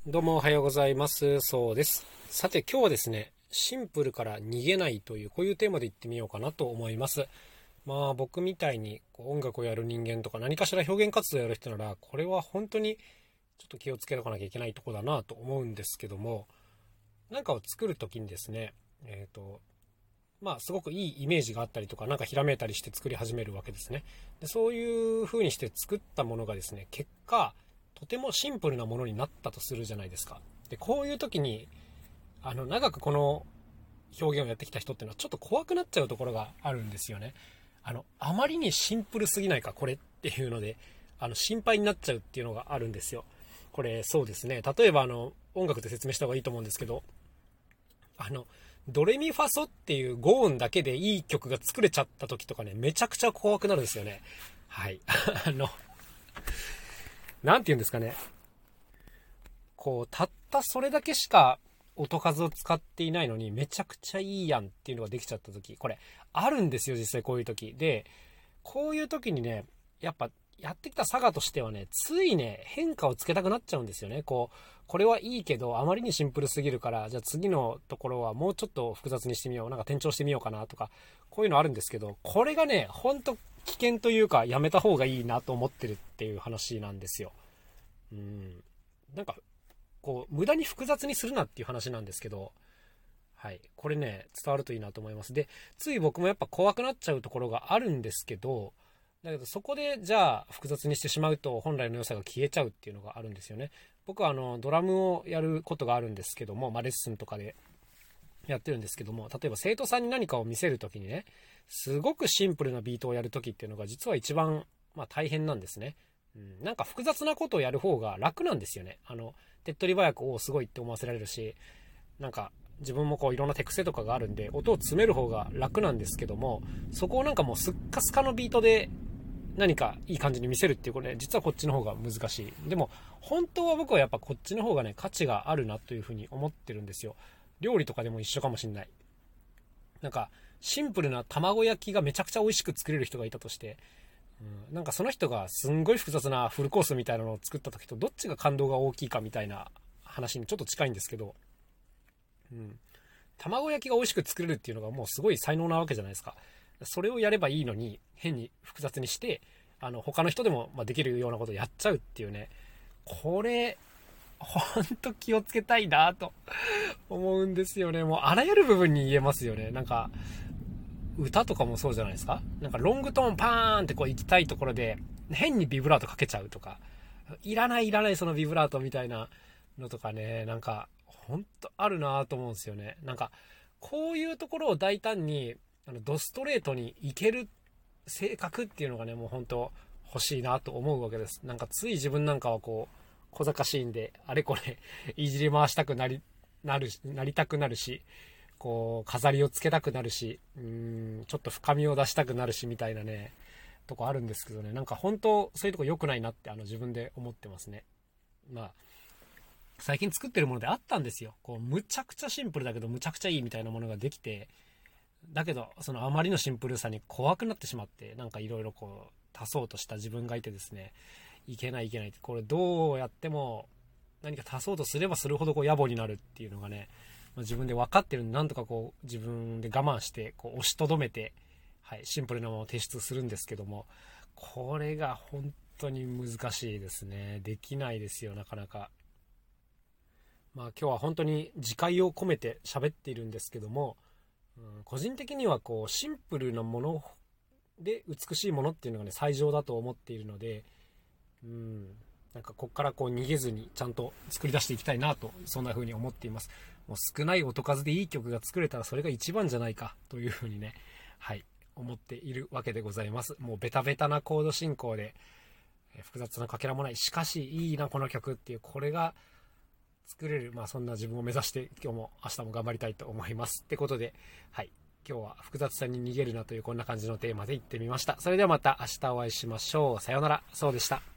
どうもおはようございます。そうです。さて今日はですね、シンプルから逃げないというこういうテーマでいってみようかなと思います。僕みたいに音楽をやる人間とか何かしら表現活動をやる人ならこれは本当にちょっと気をつけとかなきゃいけないところだなと思うんですけども、何かを作るときにですね、すごくいいイメージがあったりとかなんかひらめいたりして作り始めるわけですね。でそういう風にして作ったものがですね、結果とてもシンプルなものになったとするじゃないですか。でこういう時に長くこの表現をやってきた人っていうのはちょっと怖くなっちゃうところがあるんですよね。あまりにシンプルすぎないかこれっていうので心配になっちゃうっていうのがあるんですよ。これそうですね、例えば音楽で説明した方がいいと思うんですけど、ドレミファソっていう5音だけでいい曲が作れちゃった時とかね、めちゃくちゃ怖くなるんですよね。はいなんて言うんですかね、たったそれだけしか音数を使っていないのにめちゃくちゃいいやんっていうのができちゃった時、これあるんですよ実際。こういう時で、こういう時にね、やっぱやってきた佐賀としてはね、ついね変化をつけたくなっちゃうんですよね。これはいいけどあまりにシンプルすぎるから、じゃあ次のところはもうちょっと複雑にしてみよう、なんか転調してみようかなとか、こういうのあるんですけど、これがねほんと危険というかやめた方がいいなと思ってるっていう話なんですよ。なんか無駄に複雑にするなっていう話なんですけど、はい、これね伝わるといいなと思います。でつい僕もやっぱ怖くなっちゃうところがあるんですけど、だけどそこでじゃあ複雑にしてしまうと本来の良さが消えちゃうっていうのがあるんですよね。僕はドラムをやることがあるんですけども、レッスンとかでやってるんですけども、例えば生徒さんに何かを見せるときにね、すごくシンプルなビートをやるときっていうのが実は一番、大変なんですね。なんか複雑なことをやる方が楽なんですよね。手っ取り早くすごいって思わせられるし、なんか自分もいろんな手癖とかがあるんで音を詰める方が楽なんですけども、そこをなんかもうスッカスカのビートで何かいい感じに見せるっていう、これ実はこっちの方が難しい。でも本当は僕はやっぱこっちの方がね価値があるなというふうに思ってるんですよ。料理とかでも一緒かもしんない。なんかシンプルな卵焼きがめちゃくちゃ美味しく作れる人がいたとして、なんかその人がすんごい複雑なフルコースみたいなのを作った時とどっちが感動が大きいかみたいな話にちょっと近いんですけど、卵焼きが美味しく作れるっていうのがもうすごい才能なわけじゃないですか。それをやればいいのに変に複雑にして他の人でもできるようなことをやっちゃうっていうね、これほんと気をつけたいなと思うんですよね。もうあらゆる部分に言えますよね。なんか歌とかもそうじゃないですか。なんかロングトーンパーンって行きたいところで変にビブラートかけちゃうとか、いらないそのビブラートみたいなのとかね、なんかほんとあるなと思うんですよね。なんかこういうところを大胆にドストレートにいける性格っていうのがね、もう本当欲しいなと思うわけです。なんかつい自分なんかは小賢しいんであれこれいじり回したくなりたくなるし、飾りをつけたくなるし、ちょっと深みを出したくなるしみたいなねとこあるんですけどね、なんか本当そういうとこ良くないなって自分で思ってますね。最近作ってるものであったんですよ。むちゃくちゃシンプルだけどむちゃくちゃいいみたいなものができて、だけどそのあまりのシンプルさに怖くなってしまって、なんかいろいろ足そうとした自分がいてですね、いけないって、これどうやっても何か足そうとすればするほど野暮になるっていうのがね、自分で分かってるんで、なんとか自分で我慢して押しとどめて、はい、シンプルなものを提出するんですけども、これが本当に難しいですね。できないですよ、なかなか。今日は本当に自戒を込めて喋っているんですけども、個人的にはシンプルなもので美しいものっていうのがね最上だと思っているので、なんかこっから逃げずにちゃんと作り出していきたいなと、そんな風に思っています。もう少ない音数でいい曲が作れたらそれが一番じゃないかという風にね、はい思っているわけでございます。もうベタベタなコード進行で複雑なかけらもない、しかしいいなこの曲っていう、これが作れる、そんな自分を目指して今日も明日も頑張りたいと思いますってことで、はい、今日は複雑さに逃げるなというこんな感じのテーマで言ってみました。それではまた明日お会いしましょう。さようなら。そうでした。